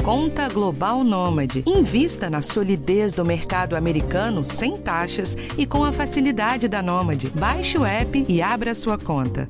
Conta Global Nômade. Invista na solidez do mercado americano sem taxas e com a facilidade da Nômade. Baixe o app e abra sua conta.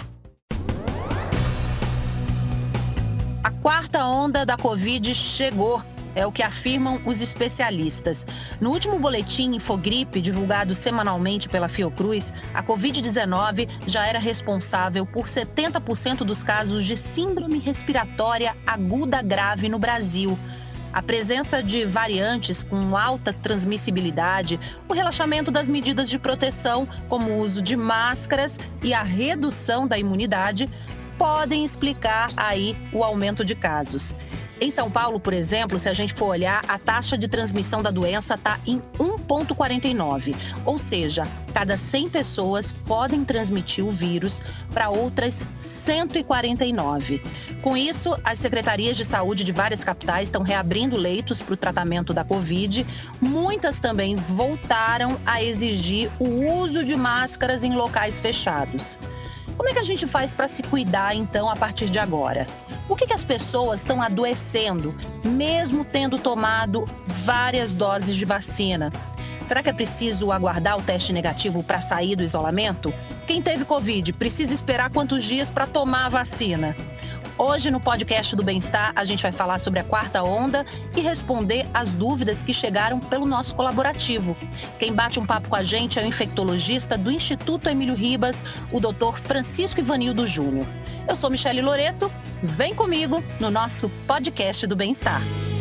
A quarta onda da Covid chegou. É o que afirmam os especialistas. No último boletim Infogripe, divulgado semanalmente pela Fiocruz, a Covid-19 já era responsável por 70% dos casos de síndrome respiratória aguda grave no Brasil. A presença de variantes com alta transmissibilidade, o relaxamento das medidas de proteção, como o uso de máscaras e a redução da imunidade, podem explicar aí o aumento de casos. Em São Paulo, por exemplo, se a gente for olhar, a taxa de transmissão da doença está em 1,49. Ou seja, cada 100 pessoas podem transmitir o vírus para outras 149. Com isso, as secretarias de saúde de várias capitais estão reabrindo leitos para o tratamento da Covid. Muitas também voltaram a exigir o uso de máscaras em locais fechados. Como é que a gente faz para se cuidar, então, a partir de agora? Por que as pessoas estão adoecendo, mesmo tendo tomado várias doses de vacina? Será que é preciso aguardar o teste negativo para sair do isolamento? Quem teve Covid precisa esperar quantos dias para tomar a vacina? Hoje, no podcast do Bem-Estar, a gente vai falar sobre a quarta onda e responder as dúvidas que chegaram pelo nosso colaborativo. Quem bate um papo com a gente é o infectologista do Instituto Emílio Ribas, o Dr. Francisco Ivanildo Júnior. Eu sou Michele Loreto, vem comigo no nosso podcast do Bem-Estar.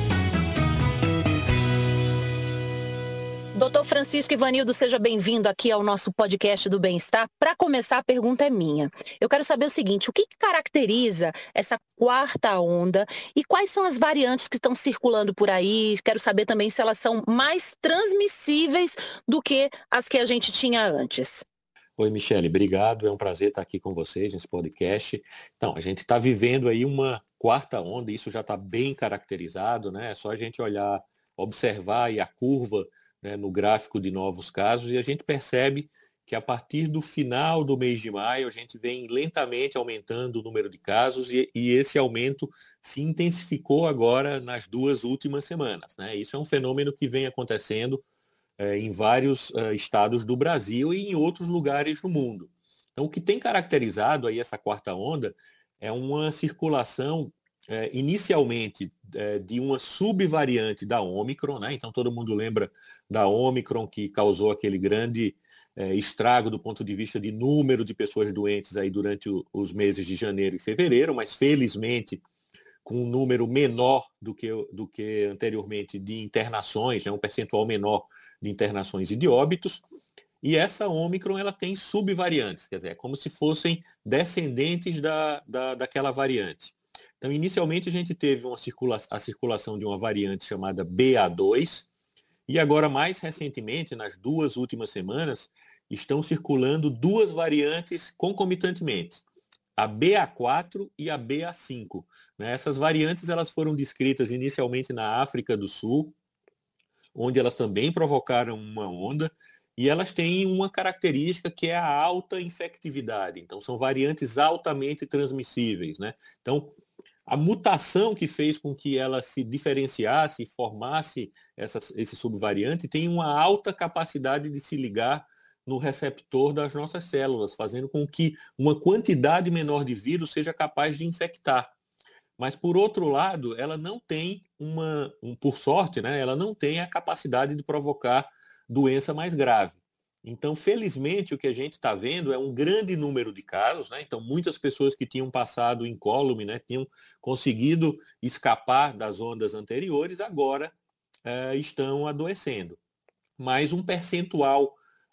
Doutor Francisco Ivanildo, seja bem-vindo aqui ao nosso podcast do Bem-Estar. Para começar, a pergunta é minha. Eu quero saber o seguinte, o que caracteriza essa quarta onda e quais são as variantes que estão circulando por aí? Quero saber também se elas são mais transmissíveis do que as que a gente tinha antes. Oi, Michele, obrigado. É um prazer estar aqui com vocês nesse podcast. Então, a gente está vivendo aí uma quarta onda, isso já está bem caracterizado, né? É só a gente olhar, observar aí a curva, né, no gráfico de novos casos, e a gente percebe que a partir do final do mês de maio a gente vem lentamente aumentando o número de casos e esse aumento se intensificou agora nas 2 últimas semanas, né? Isso é um fenômeno que vem acontecendo em vários estados do Brasil e em outros lugares do mundo. Então, o que tem caracterizado aí essa quarta onda é uma circulação inicialmente de uma subvariante da Ômicron, né? Então todo mundo lembra da Ômicron, que causou aquele grande estrago do ponto de vista de número de pessoas doentes aí durante os meses de janeiro e fevereiro, mas felizmente com um número menor do que anteriormente de internações, né? Um percentual menor de internações e de óbitos. E essa Ômicron ela tem subvariantes, quer dizer, é como se fossem descendentes daquela variante. Então, inicialmente, a gente teve a circulação de uma variante chamada BA2, e agora, mais recentemente, nas 2 últimas semanas, estão circulando 2 variantes concomitantemente, a BA4 e a BA5. Né? Essas variantes elas foram descritas inicialmente na África do Sul, onde elas também provocaram uma onda, e elas têm uma característica que é a alta infectividade. Então, são variantes altamente transmissíveis, né? Então, a mutação que fez com que ela se diferenciasse e formasse esse subvariante tem uma alta capacidade de se ligar no receptor das nossas células, fazendo com que uma quantidade menor de vírus seja capaz de infectar. Mas, por outro lado, ela não tem por sorte, né, ela não tem a capacidade de provocar doença mais grave. Então, felizmente, o que a gente está vendo é um grande número de casos, né? Então, muitas pessoas que tinham passado incólume, né, tinham conseguido escapar das ondas anteriores, agora estão adoecendo. Mas um percentual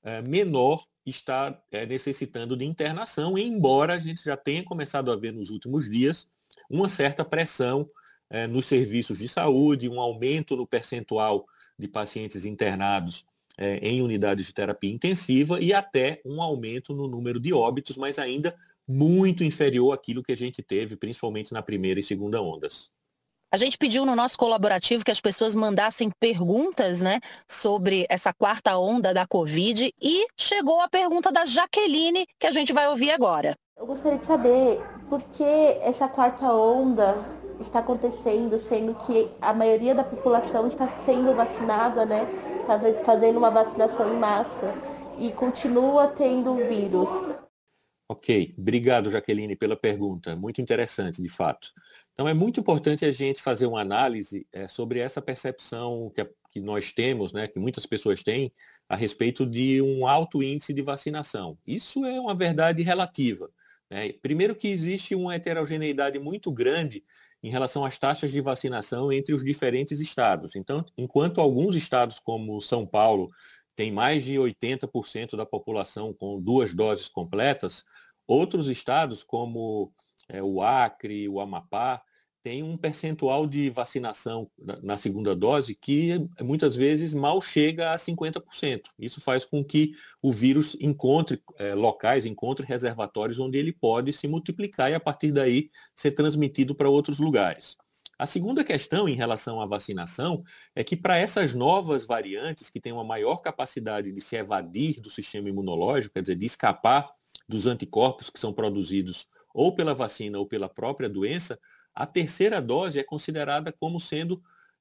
menor está necessitando de internação, embora a gente já tenha começado a ver nos últimos dias uma certa pressão nos serviços de saúde, um aumento no percentual de pacientes internados em unidades de terapia intensiva e até um aumento no número de óbitos, mas ainda muito inferior àquilo que a gente teve, principalmente na primeira e segunda ondas. A gente pediu no nosso colaborativo que as pessoas mandassem perguntas, né, sobre essa quarta onda da Covid e chegou a pergunta da Jaqueline, que a gente vai ouvir agora. Eu gostaria de saber por que essa quarta onda está acontecendo, sendo que a maioria da população está sendo vacinada, né? Está fazendo uma vacinação em massa e continua tendo o vírus. Ok, obrigado, Jaqueline, pela pergunta. Muito interessante, de fato. Então, é muito importante a gente fazer uma análise sobre essa percepção que nós temos, né, que muitas pessoas têm, a respeito de um alto índice de vacinação. Isso é uma verdade relativa, né? Primeiro que existe uma heterogeneidade muito grande em relação às taxas de vacinação entre os diferentes estados. Então, enquanto alguns estados, como São Paulo, têm mais de 80% da população com 2 doses completas, outros estados, como o Acre, o Amapá, têm um percentual de vacinação na segunda dose que muitas vezes mal chega a 50%. Isso faz com que o vírus encontre locais, encontre reservatórios onde ele pode se multiplicar e a partir daí ser transmitido para outros lugares. A segunda questão em relação à vacinação é que para essas novas variantes que têm uma maior capacidade de se evadir do sistema imunológico, quer dizer, de escapar dos anticorpos que são produzidos ou pela vacina ou pela própria doença, a terceira dose é considerada como sendo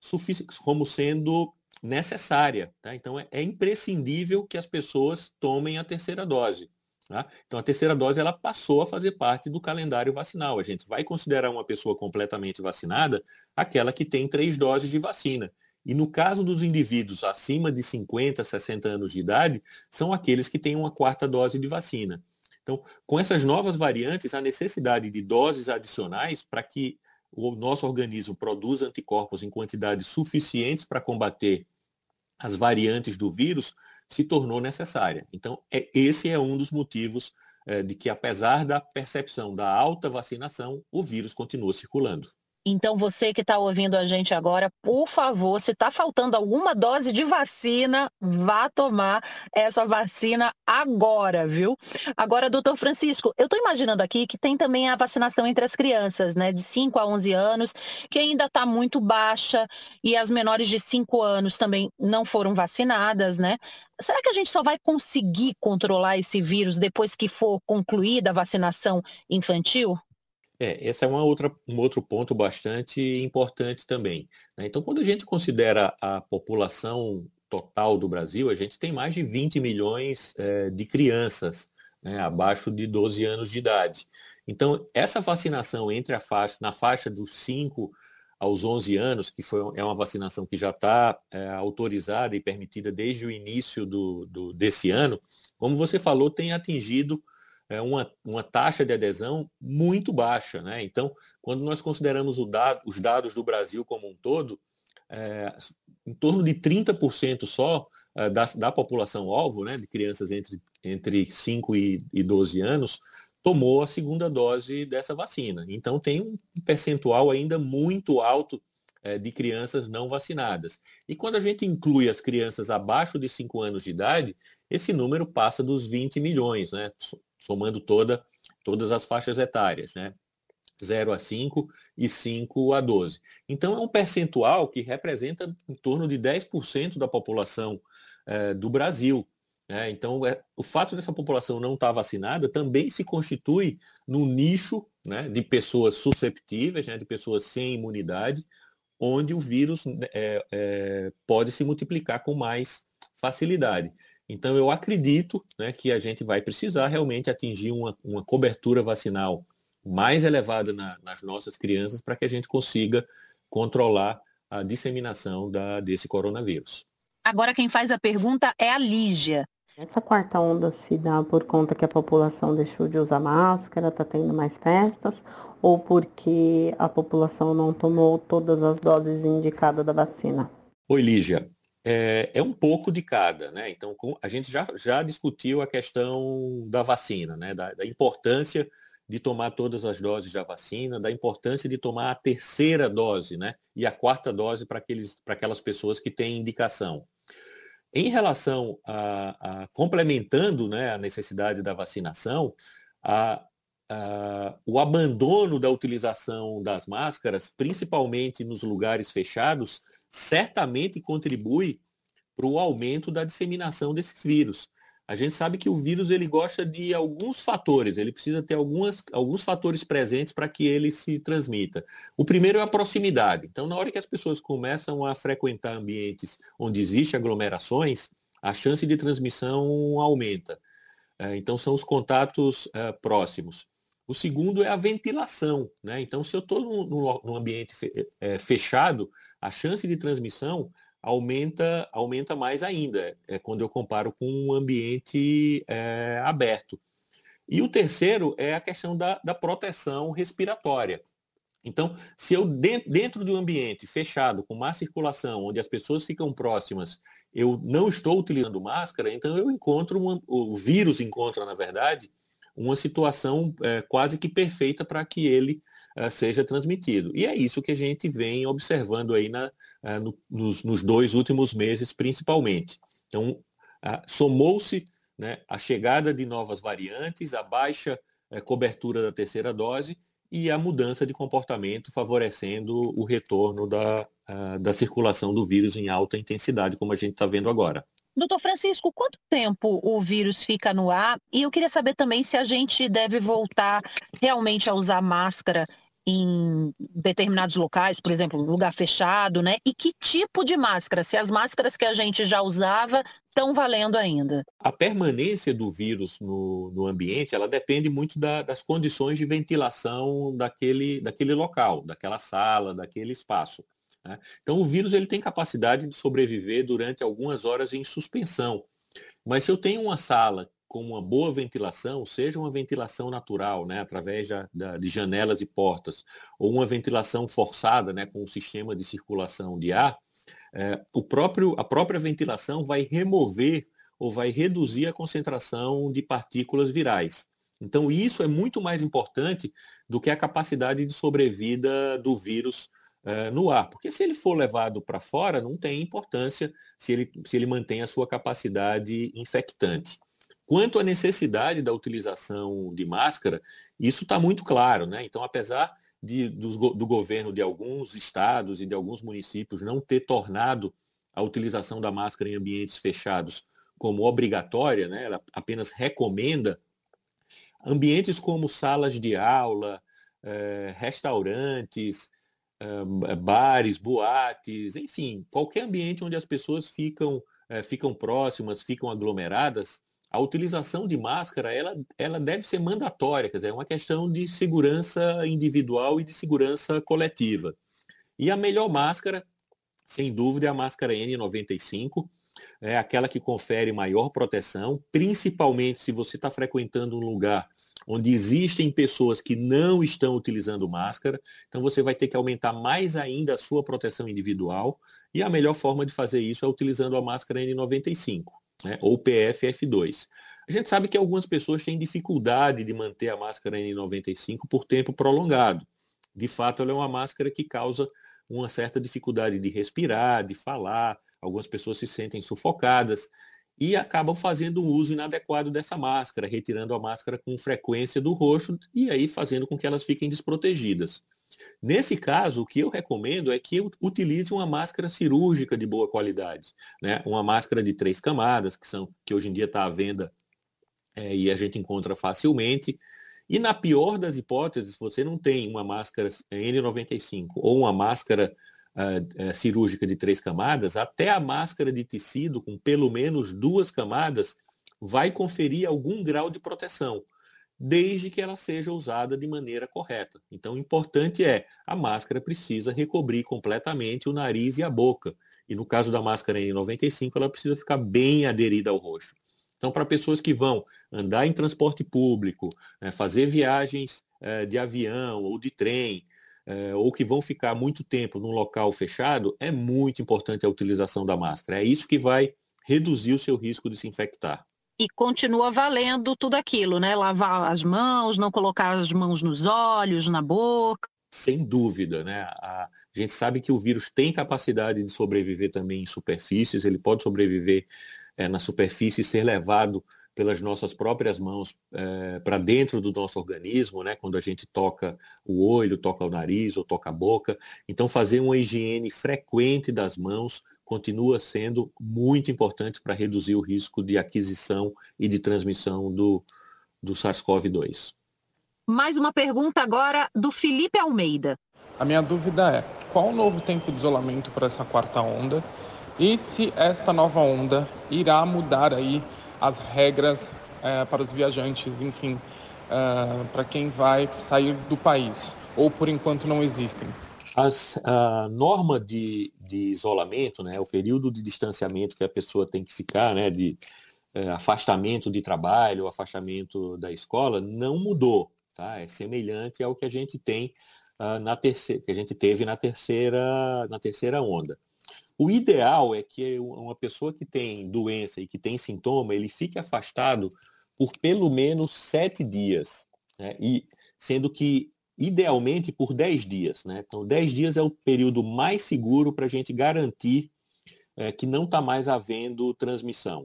necessária. Tá? Então, é imprescindível que as pessoas tomem a terceira dose. Tá? Então, a terceira dose ela passou a fazer parte do calendário vacinal. A gente vai considerar uma pessoa completamente vacinada aquela que tem 3 doses de vacina. E no caso dos indivíduos acima de 50, 60 anos de idade, são aqueles que têm uma 4ª dose de vacina. Então, com essas novas variantes, a necessidade de doses adicionais para que o nosso organismo produza anticorpos em quantidades suficientes para combater as variantes do vírus se tornou necessária. Então, esse é um dos motivos de que, apesar da percepção da alta vacinação, o vírus continua circulando. Então, você que está ouvindo a gente agora, por favor, se está faltando alguma dose de vacina, vá tomar essa vacina agora, viu? Agora, doutor Francisco, eu estou imaginando aqui que tem também a vacinação entre as crianças, né, de 5 a 11 anos, que ainda está muito baixa, e as menores de 5 anos também não foram vacinadas, né? Será que a gente só vai conseguir controlar esse vírus depois que for concluída a vacinação infantil? Esse é um outro ponto bastante importante também, né? Então, quando a gente considera a população total do Brasil, a gente tem mais de 20 milhões de crianças, né, abaixo de 12 anos de idade. Então, essa vacinação na faixa dos 5 aos 11 anos, que é uma vacinação que já está autorizada e permitida desde o início desse ano, como você falou, tem atingido uma taxa de adesão muito baixa, né? Então, quando nós consideramos os dados do Brasil como um todo, em torno de 30% só da população-alvo, né, de crianças entre 5 e 12 anos, tomou a segunda dose dessa vacina. Então, tem um percentual ainda muito alto de crianças não vacinadas. E quando a gente inclui as crianças abaixo de 5 anos de idade, esse número passa dos 20 milhões, né? Somando todas as faixas etárias, né? 0 a 5 e 5 a 12. Então, é um percentual que representa em torno de 10% da população do Brasil, né? Então, o fato dessa população não estar vacinada também se constitui num nicho, né, de pessoas susceptíveis, né, de pessoas sem imunidade, onde o vírus pode se multiplicar com mais facilidade. Então, eu acredito, né, que a gente vai precisar realmente atingir uma cobertura vacinal mais elevada nas nossas crianças para que a gente consiga controlar a disseminação desse coronavírus. Agora quem faz a pergunta é a Lígia. Essa 4ª onda se dá por conta que a população deixou de usar máscara, está tendo mais festas, ou porque a população não tomou todas as doses indicadas da vacina? Oi, Lígia. É um pouco de cada, né? Então, a gente já discutiu a questão da vacina, né? Da importância de tomar todas as doses da vacina, da importância de tomar a terceira dose, né? E a 4ª dose para aquelas pessoas que têm indicação. Em relação complementando, né, a necessidade da vacinação, o abandono da utilização das máscaras, principalmente nos lugares fechados, certamente contribui para o aumento da disseminação desses vírus. a gente sabe que o vírus ele gosta de alguns fatores, ele precisa ter alguns fatores presentes para que ele se transmita. O primeiro é a proximidade. Então, na hora que as pessoas começam a frequentar ambientes onde existem aglomerações, a chance de transmissão aumenta. Então, são os contatos próximos. O segundo é a ventilação, né? Então, se eu estou num ambiente fechado, a chance de transmissão aumenta mais ainda, quando eu comparo com um ambiente aberto. E o terceiro é a questão da proteção respiratória. Então, se eu dentro de um ambiente fechado, com má circulação, onde as pessoas ficam próximas, eu não estou utilizando máscara, então o vírus encontra, na verdade, uma situação quase que perfeita para que ele seja transmitido. E é isso que a gente vem observando aí nos 2 últimos meses, principalmente. Então, somou-se, né, a chegada de novas variantes, a baixa cobertura da terceira dose e a mudança de comportamento favorecendo o retorno da circulação do vírus em alta intensidade, como a gente está vendo agora. Doutor Francisco, quanto tempo o vírus fica no ar? E eu queria saber também se a gente deve voltar realmente a usar máscara em determinados locais, por exemplo, lugar fechado, né? E que tipo de máscara? Se as máscaras que a gente já usava estão valendo ainda? A permanência do vírus no ambiente, ela depende muito das condições de ventilação daquele local, daquela sala, daquele espaço. Né? Então, o vírus ele tem capacidade de sobreviver durante algumas horas em suspensão. Mas se eu tenho uma sala com uma boa ventilação, seja uma ventilação natural, né, através de janelas e portas, ou uma ventilação forçada, né, com um sistema de circulação de ar, a própria ventilação vai remover ou vai reduzir a concentração de partículas virais. Então, isso é muito mais importante do que a capacidade de sobrevida do vírus no ar, porque se ele for levado para fora, não tem importância se ele mantém a sua capacidade infectante. Quanto à necessidade da utilização de máscara, isso está muito claro, né? Então, apesar do governo de alguns estados e de alguns municípios não ter tornado a utilização da máscara em ambientes fechados como obrigatória, né? Ela apenas recomenda, ambientes como salas de aula, restaurantes, bares, boates, enfim, qualquer ambiente onde as pessoas ficam próximas, ficam aglomeradas, a utilização de máscara, ela deve ser mandatória, quer dizer, é uma questão de segurança individual e de segurança coletiva. E a melhor máscara, sem dúvida, é a máscara N95, é aquela que confere maior proteção, principalmente se você está frequentando um lugar onde existem pessoas que não estão utilizando máscara, então você vai ter que aumentar mais ainda a sua proteção individual, e a melhor forma de fazer isso é utilizando a máscara N95. Né, ou PFF2. A gente sabe que algumas pessoas têm dificuldade de manter a máscara N95 por tempo prolongado. De fato, ela é uma máscara que causa uma certa dificuldade de respirar, de falar, algumas pessoas se sentem sufocadas e acabam fazendo um uso inadequado dessa máscara, retirando a máscara com frequência do rosto e aí fazendo com que elas fiquem desprotegidas. Nesse caso, o que eu recomendo é que eu utilize uma máscara cirúrgica de boa qualidade, né? Uma máscara de 3 camadas, que hoje em dia está à venda e a gente encontra facilmente. E na pior das hipóteses, se você não tem uma máscara N95 ou uma máscara cirúrgica de 3 camadas, até a máscara de tecido com pelo menos 2 camadas vai conferir algum grau de proteção, desde que ela seja usada de maneira correta. Então, o importante a máscara precisa recobrir completamente o nariz e a boca. E no caso da máscara N95, ela precisa ficar bem aderida ao rosto. Então, para pessoas que vão andar em transporte público, fazer viagens de avião ou de trem, ou que vão ficar muito tempo num local fechado, é muito importante a utilização da máscara. É isso que vai reduzir o seu risco de se infectar. E continua valendo tudo aquilo, né? Lavar as mãos, não colocar as mãos nos olhos, na boca. Sem dúvida, né? A gente sabe que o vírus tem capacidade de sobreviver também em superfícies, ele pode sobreviver na superfície e ser levado pelas nossas próprias mãos para dentro do nosso organismo, né? Quando a gente toca o olho, toca o nariz ou toca a boca. Então, fazer uma higiene frequente das mãos continua sendo muito importante para reduzir o risco de aquisição e de transmissão do SARS-CoV-2. Mais uma pergunta agora do Felipe Almeida. A minha dúvida é, qual o novo tempo de isolamento para essa quarta onda e se esta nova onda irá mudar aí as regras para os viajantes, enfim, para quem vai sair do país, ou por enquanto não existem? A norma de isolamento, né, o período de distanciamento que a pessoa tem que ficar, né, de afastamento de trabalho, afastamento da escola, não mudou, tá? É semelhante ao que a gente tem que a gente teve na terceira onda. O ideal é que uma pessoa que tem doença e que tem sintoma, ele fique afastado por pelo menos 7 dias, né? E sendo que idealmente por 10 dias, né? Então 10 dias é o período mais seguro para a gente garantir que não está mais havendo transmissão.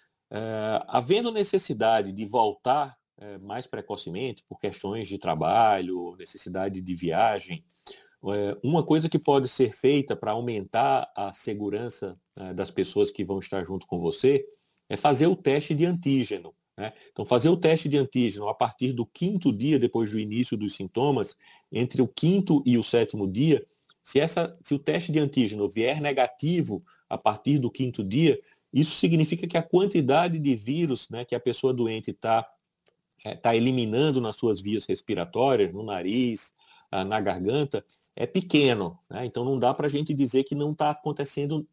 Havendo necessidade de voltar mais precocemente por questões de trabalho, necessidade de viagem, uma coisa que pode ser feita para aumentar a segurança das pessoas que vão estar junto com você é fazer o teste de antígeno, né? Então, fazer o teste de antígeno a partir do 5º dia depois do início dos sintomas, entre o 5º e o 7º dia, se o teste de antígeno vier negativo a partir do 5º dia, isso significa que a quantidade de vírus, né, que a pessoa doente está eliminando nas suas vias respiratórias, no nariz, na garganta, é pequeno, né? Então não dá para a gente dizer que não está acontecendo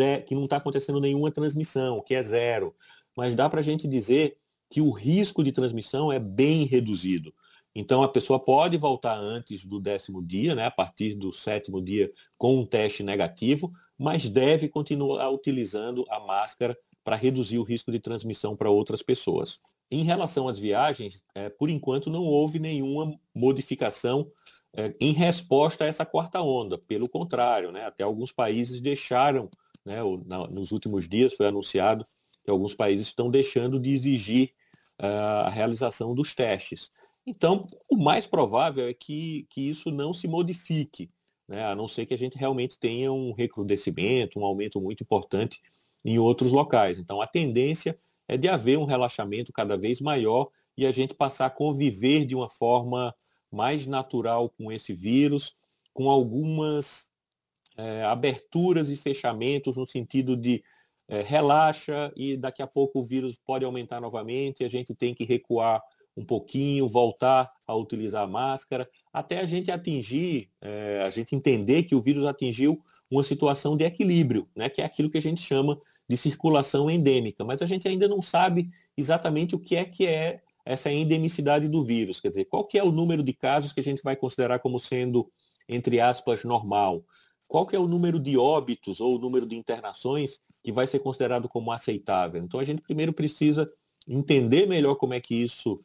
nenhuma transmissão, que é zero, mas dá para a gente dizer que o risco de transmissão é bem reduzido. Então a pessoa pode voltar antes do 10º dia, né, a partir do 7º dia com um teste negativo, mas deve continuar utilizando a máscara para reduzir o risco de transmissão para outras pessoas. Em relação às viagens, por enquanto não houve nenhuma modificação em resposta a essa quarta onda. Pelo contrário, né, até alguns países deixaram, né, nos últimos dias foi anunciado que alguns países estão deixando de exigir a realização dos testes. Então, o mais provável é que isso não se modifique, né, a não ser que a gente realmente tenha um recrudescimento, um aumento muito importante em outros locais. Então, a tendência é de haver um relaxamento cada vez maior e a gente passar a conviver de uma forma mais natural com esse vírus, com algumas aberturas e fechamentos no sentido de relaxa e daqui a pouco o vírus pode aumentar novamente, a gente tem que recuar um pouquinho, voltar a utilizar a máscara, até a gente atingir, a gente entender que o vírus atingiu uma situação de equilíbrio, né, que é aquilo que a gente chama de circulação endêmica, mas a gente ainda não sabe exatamente o que é essa endemicidade do vírus, quer dizer, qual que é o número de casos que a gente vai considerar como sendo, entre aspas, normal, qual que é o número de óbitos ou o número de internações que vai ser considerado como aceitável. Então a gente primeiro precisa entender melhor como é que isso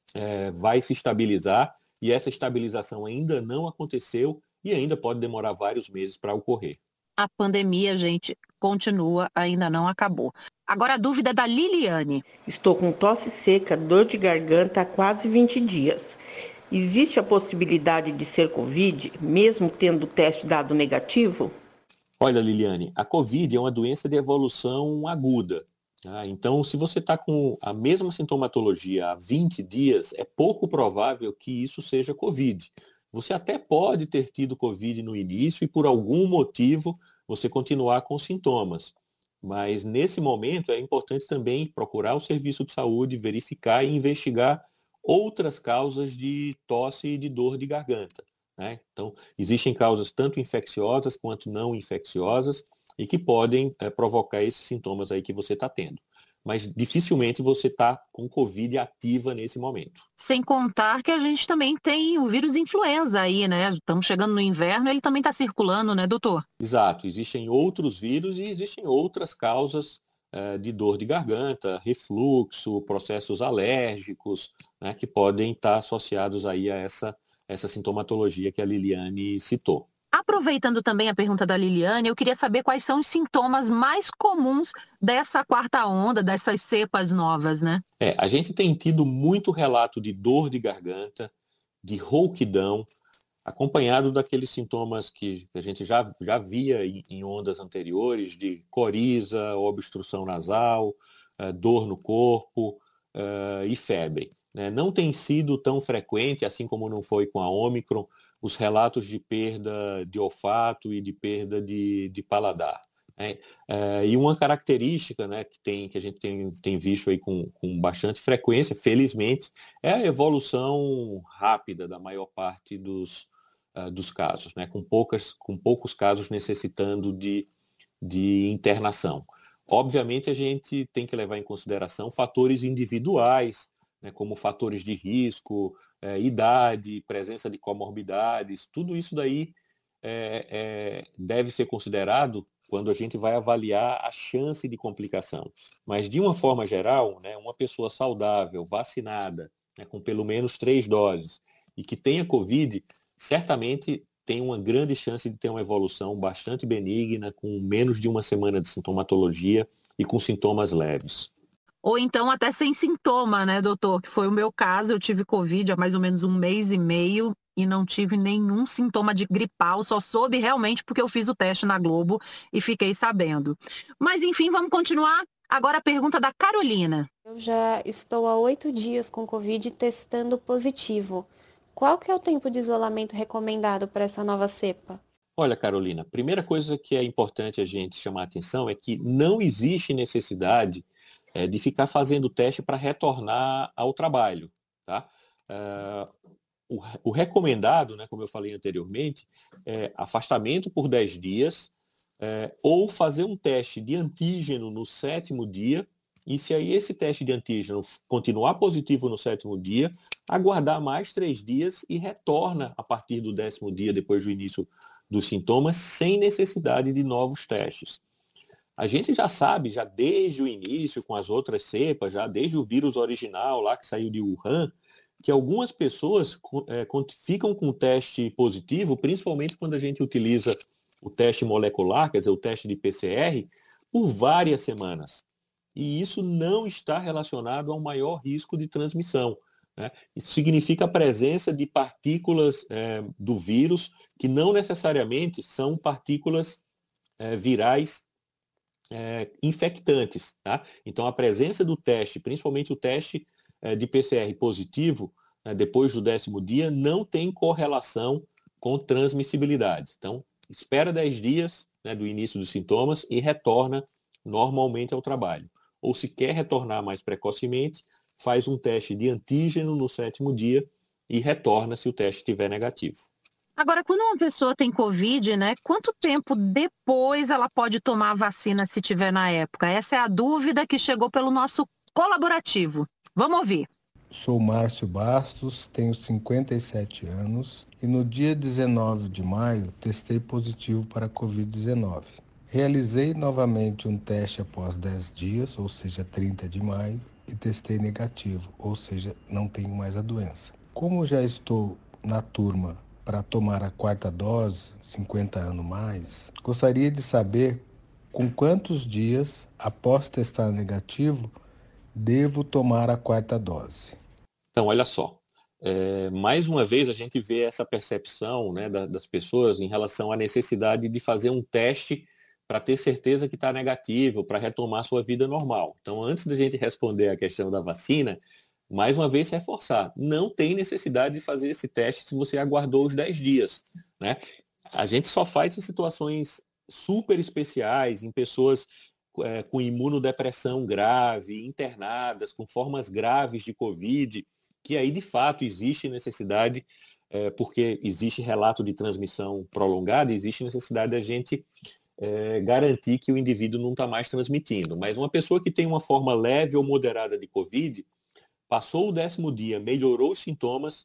vai se estabilizar, e essa estabilização ainda não aconteceu e ainda pode demorar vários meses para ocorrer. A pandemia, gente, continua, ainda não acabou. Agora a dúvida da Liliane. Estou com tosse seca, dor de garganta há quase 20 dias. Existe a possibilidade de ser Covid, mesmo tendo o teste dado negativo? Olha, Liliane, a Covid é uma doença de evolução aguda. Tá? Então, se você está com a mesma sintomatologia há 20 dias, é pouco provável que isso seja Covid. Você até pode ter tido Covid no início e por algum motivo você continuar com sintomas. Mas nesse momento é importante também procurar o serviço de saúde, verificar e investigar outras causas de tosse e de dor de garganta, né? Então, existem causas tanto infecciosas quanto não infecciosas e que podem provocar esses sintomas aí que você está tendo. Mas dificilmente você está com Covid ativa nesse momento. Sem contar que a gente também tem o vírus influenza aí, né? Estamos chegando no inverno, ele também está circulando, né, doutor? Exato. Existem outros vírus e existem outras causas de dor de garganta, refluxo, processos alérgicos, né, que podem estar associados aí a essa sintomatologia que a Liliane citou. Aproveitando também a pergunta da Liliane, eu queria saber quais são os sintomas mais comuns dessa quarta onda, dessas cepas novas, né? A gente tem tido muito relato de dor de garganta, de rouquidão, acompanhado daqueles sintomas que a gente já via em ondas anteriores, de coriza, obstrução nasal, dor no corpo e febre. Né? Não tem sido tão frequente, assim como não foi com a Ômicron, os relatos de perda de olfato e de perda de paladar. Né? E uma característica, né, que a gente tem visto aí com bastante frequência, felizmente, é a evolução rápida da maior parte dos casos, né, com poucos casos necessitando de internação. Obviamente, a gente tem que levar em consideração fatores individuais, né, como fatores de risco, idade, presença de comorbidades, tudo isso daí deve ser considerado quando a gente vai avaliar a chance de complicação. Mas, de uma forma geral, né, uma pessoa saudável, vacinada, né, com pelo menos 3 doses, e que tenha Covid, certamente tem uma grande chance de ter uma evolução bastante benigna, com menos de uma semana de sintomatologia e com sintomas leves. Ou então até sem sintoma, né, doutor? Que foi o meu caso, eu tive Covid há mais ou menos 1 mês e meio e não tive nenhum sintoma de gripal, só soube realmente porque eu fiz o teste na Globo e fiquei sabendo. Mas enfim, vamos continuar. Agora a pergunta da Carolina. Eu já estou há 8 dias com Covid testando positivo. Qual que é o tempo de isolamento recomendado para essa nova cepa? Olha, Carolina, a primeira coisa que é importante a gente chamar a atenção é que não existe necessidade de ficar fazendo teste para retornar ao trabalho. Tá? O recomendado, né, como eu falei anteriormente, é afastamento por 10 dias ou fazer um teste de antígeno no 7º dia. E se aí esse teste de antígeno continuar positivo no 7º dia, aguardar mais 3 dias e retorna a partir do 10º dia, depois do início dos sintomas, sem necessidade de novos testes. A gente já sabe, já desde o início, com as outras cepas, já desde o vírus original lá que saiu de Wuhan, que algumas pessoas ficam com o teste positivo, principalmente quando a gente utiliza o teste molecular, quer dizer, o teste de PCR, por várias semanas. E isso não está relacionado ao maior risco de transmissão. Né? Isso significa a presença de partículas do vírus que não necessariamente são partículas virais infectantes. Tá? Então, a presença do teste, principalmente o teste de PCR positivo, depois do 10º dia, não tem correlação com transmissibilidade. Então, espera 10 dias do início dos sintomas e retorna normalmente ao trabalho. Ou se quer retornar mais precocemente, faz um teste de antígeno no 7º dia e retorna se o teste estiver negativo. Agora, quando uma pessoa tem Covid, né, quanto tempo depois ela pode tomar a vacina se tiver na época? Essa é a dúvida que chegou pelo nosso colaborativo. Vamos ouvir. Sou Márcio Bastos, tenho 57 anos e no dia 19 de maio testei positivo para Covid-19. Realizei novamente um teste após 10 dias, ou seja, 30 de maio, e testei negativo, ou seja, não tenho mais a doença. Como já estou na turma para tomar a 4ª dose, 50 anos mais, gostaria de saber com quantos dias após testar negativo devo tomar a 4ª dose. Então, olha só, mais uma vez a gente vê essa percepção, né, das pessoas em relação à necessidade de fazer um teste para ter certeza que está negativo, para retomar sua vida normal. Então, antes da gente responder a questão da vacina, mais uma vez reforçar, não tem necessidade de fazer esse teste se você aguardou os 10 dias. Né? A gente só faz em situações super especiais, em pessoas com imunodepressão grave, internadas, com formas graves de Covid, que aí de fato existe necessidade, porque existe relato de transmissão prolongada, existe necessidade da gente garantir que o indivíduo não está mais transmitindo. Mas uma pessoa que tem uma forma leve ou moderada de Covid, passou o 10º dia, melhorou os sintomas,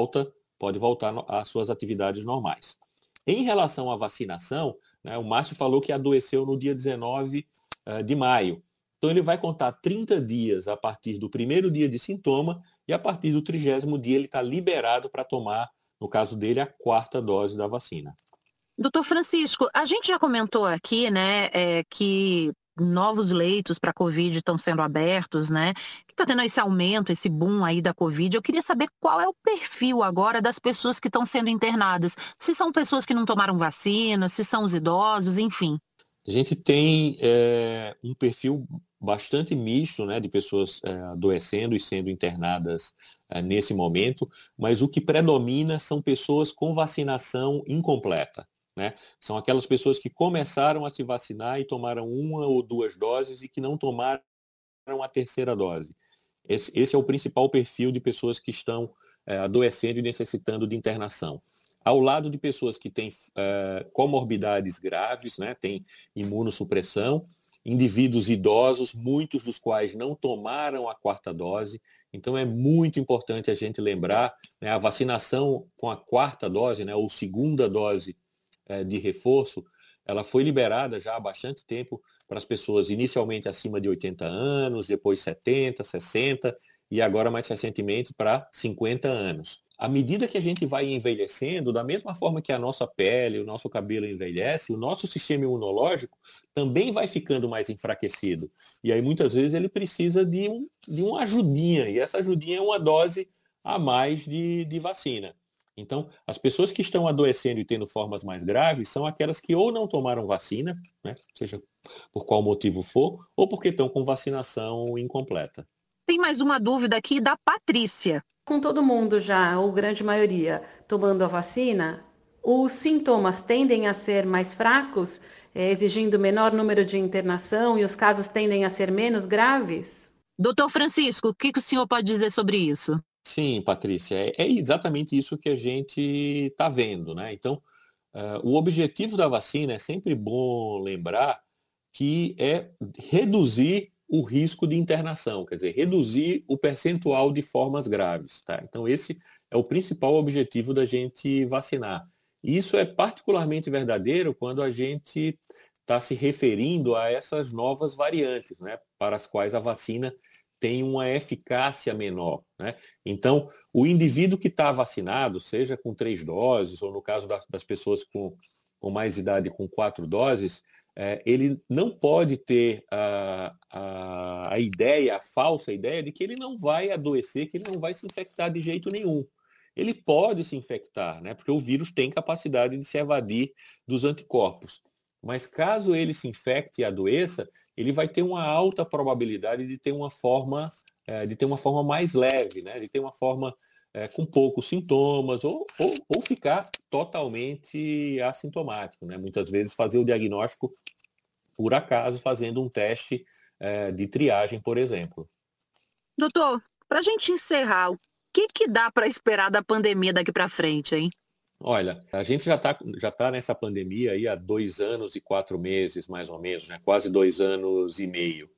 pode voltar às suas atividades normais. Em relação à vacinação, né, o Márcio falou que adoeceu no dia 19 de maio. Então ele vai contar 30 dias a partir do 1º dia de sintoma e a partir do 30º dia ele está liberado para tomar, no caso dele, a 4ª dose da vacina. Doutor Francisco, a gente já comentou aqui, né, que novos leitos para Covid estão sendo abertos, né? Que está tendo esse aumento, esse boom aí da Covid. Eu queria saber qual é o perfil agora das pessoas que estão sendo internadas. Se são pessoas que não tomaram vacina, se são os idosos, enfim. A gente tem um perfil bastante misto, né, de pessoas adoecendo e sendo internadas nesse momento, mas o que predomina são pessoas com vacinação incompleta. Né? São aquelas pessoas que começaram a se vacinar e tomaram 1 ou 2 doses e que não tomaram a terceira dose. Esse é o principal perfil de pessoas que estão adoecendo e necessitando de internação. Ao lado de pessoas que têm comorbidades graves, né, têm imunossupressão, indivíduos idosos, muitos dos quais não tomaram a 4ª dose. Então é muito importante a gente lembrar, né, a vacinação com a 4ª dose, né, ou segunda dose de reforço, ela foi liberada já há bastante tempo para as pessoas inicialmente acima de 80 anos, depois 70, 60 e agora mais recentemente para 50 anos. À medida que a gente vai envelhecendo, da mesma forma que a nossa pele, o nosso cabelo envelhece, o nosso sistema imunológico também vai ficando mais enfraquecido. E aí muitas vezes ele precisa de uma ajudinha, e essa ajudinha é uma dose a mais de vacina. Então, as pessoas que estão adoecendo e tendo formas mais graves são aquelas que ou não tomaram vacina, né, seja por qual motivo for, ou porque estão com vacinação incompleta. Tem mais uma dúvida aqui da Patrícia. Com todo mundo já, ou grande maioria, tomando a vacina, os sintomas tendem a ser mais fracos, exigindo menor número de internação e os casos tendem a ser menos graves? Doutor Francisco, o que o senhor pode dizer sobre isso? Sim, Patrícia, é exatamente isso que a gente está vendo, né? Então, o objetivo da vacina é sempre bom lembrar que é reduzir o risco de internação, quer dizer, reduzir o percentual de formas graves, tá? Então, esse é o principal objetivo da gente vacinar. E isso é particularmente verdadeiro quando a gente está se referindo a essas novas variantes, né? Para as quais a vacina tem uma eficácia menor, né? Então, o indivíduo que está vacinado, seja com 3 doses, ou no caso das pessoas com mais idade com 4 doses, ele não pode ter a falsa ideia de que ele não vai adoecer, que ele não vai se infectar de jeito nenhum. Ele pode se infectar, né? Porque o vírus tem capacidade de se evadir dos anticorpos. Mas caso ele se infecte e adoeça, ele vai ter uma alta probabilidade de ter uma forma mais leve, né? De ter uma forma com poucos sintomas ou ficar totalmente assintomático, né? Muitas vezes fazer o diagnóstico por acaso, fazendo um teste de triagem, por exemplo. Doutor, para a gente encerrar, o que dá para esperar da pandemia daqui para frente, hein? Olha, a gente já tá nessa pandemia aí há 2 anos e 4 meses, mais ou menos, né? Quase 2 anos e meio.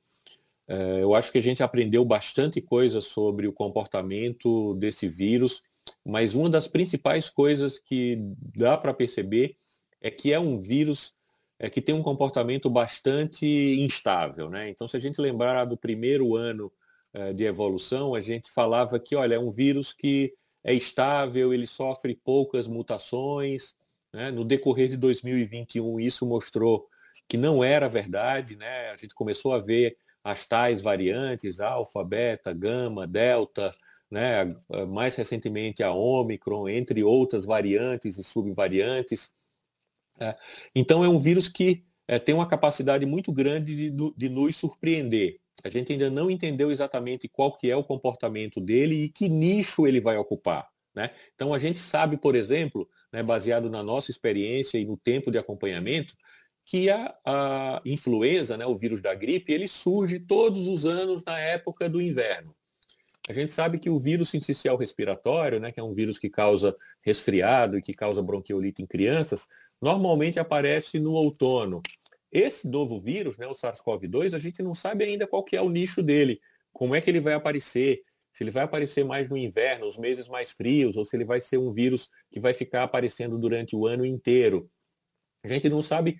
Eu acho que a gente aprendeu bastante coisa sobre o comportamento desse vírus, mas uma das principais coisas que dá para perceber é que é um vírus que tem um comportamento bastante instável, né? Então, se a gente lembrar do primeiro ano de evolução, a gente falava que, olha, é um vírus que é estável, ele sofre poucas mutações, né? No decorrer de 2021, isso mostrou que não era verdade, né? A gente começou a ver as tais variantes, alfa, beta, gama, delta, né? Mais recentemente a Ômicron, entre outras variantes e subvariantes. Então é um vírus que tem uma capacidade muito grande de nos surpreender. A gente ainda não entendeu exatamente qual que é o comportamento dele e que nicho ele vai ocupar, né? Então a gente sabe, por exemplo, né, baseado na nossa experiência e no tempo de acompanhamento, que a influenza, né, o vírus da gripe, ele surge todos os anos na época do inverno. A gente sabe que o vírus sincicial respiratório, né, que é um vírus que causa resfriado e que causa bronquiolite em crianças, normalmente aparece no outono. Esse novo vírus, né, o SARS-CoV-2, a gente não sabe ainda qual que é o nicho dele, como é que ele vai aparecer, se ele vai aparecer mais no inverno, os meses mais frios, ou se ele vai ser um vírus que vai ficar aparecendo durante o ano inteiro. A gente não sabe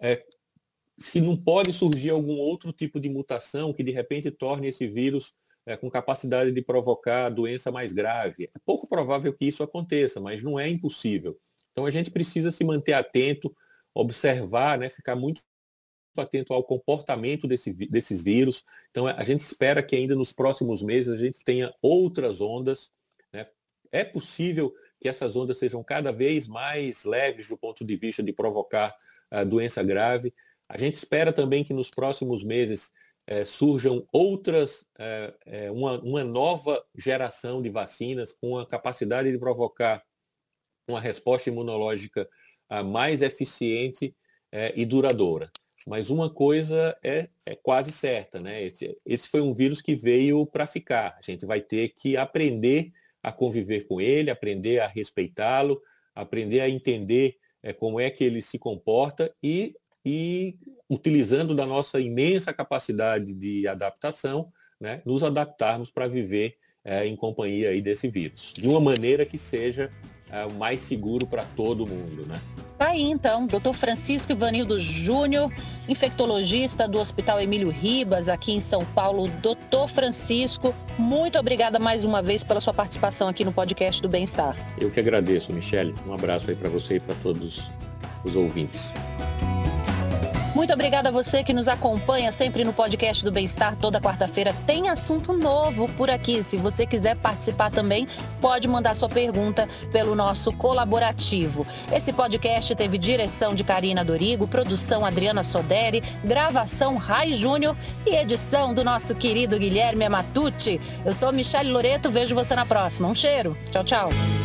se não pode surgir algum outro tipo de mutação que de repente torne esse vírus com capacidade de provocar doença mais grave. É pouco provável que isso aconteça, mas não é impossível. Então a gente precisa se manter atento, observar, né, ficar muito atento ao comportamento desses vírus. Então, a gente espera que ainda nos próximos meses a gente tenha outras ondas, né? É possível que essas ondas sejam cada vez mais leves do ponto de vista de provocar doença grave. A gente espera também que nos próximos meses surjam outras, uma nova geração de vacinas com a capacidade de provocar uma resposta imunológica mais eficiente e duradoura. Mas uma coisa é quase certa, né? Esse foi um vírus que veio para ficar. A gente vai ter que aprender a conviver com ele, aprender a respeitá-lo, aprender a entender como é que ele se comporta e utilizando da nossa imensa capacidade de adaptação, né, nos adaptarmos para viver em companhia aí desse vírus, de uma maneira que seja o mais seguro para todo mundo, né? Tá aí então, Dr. Francisco Ivanildo Júnior, infectologista do Hospital Emílio Ribas, aqui em São Paulo. Dr. Francisco, muito obrigada mais uma vez pela sua participação aqui no podcast do Bem-Estar. Eu que agradeço, Michele. Um abraço aí para você e para todos os ouvintes. Muito obrigada a você que nos acompanha sempre no podcast do Bem-Estar. Toda quarta-feira tem assunto novo por aqui. Se você quiser participar também, pode mandar sua pergunta pelo nosso colaborativo. Esse podcast teve direção de Karina Dorigo, produção Adriana Soderi, gravação Rai Júnior e edição do nosso querido Guilherme Amatucci. Eu sou Michele Loreto, vejo você na próxima. Um cheiro. Tchau, tchau.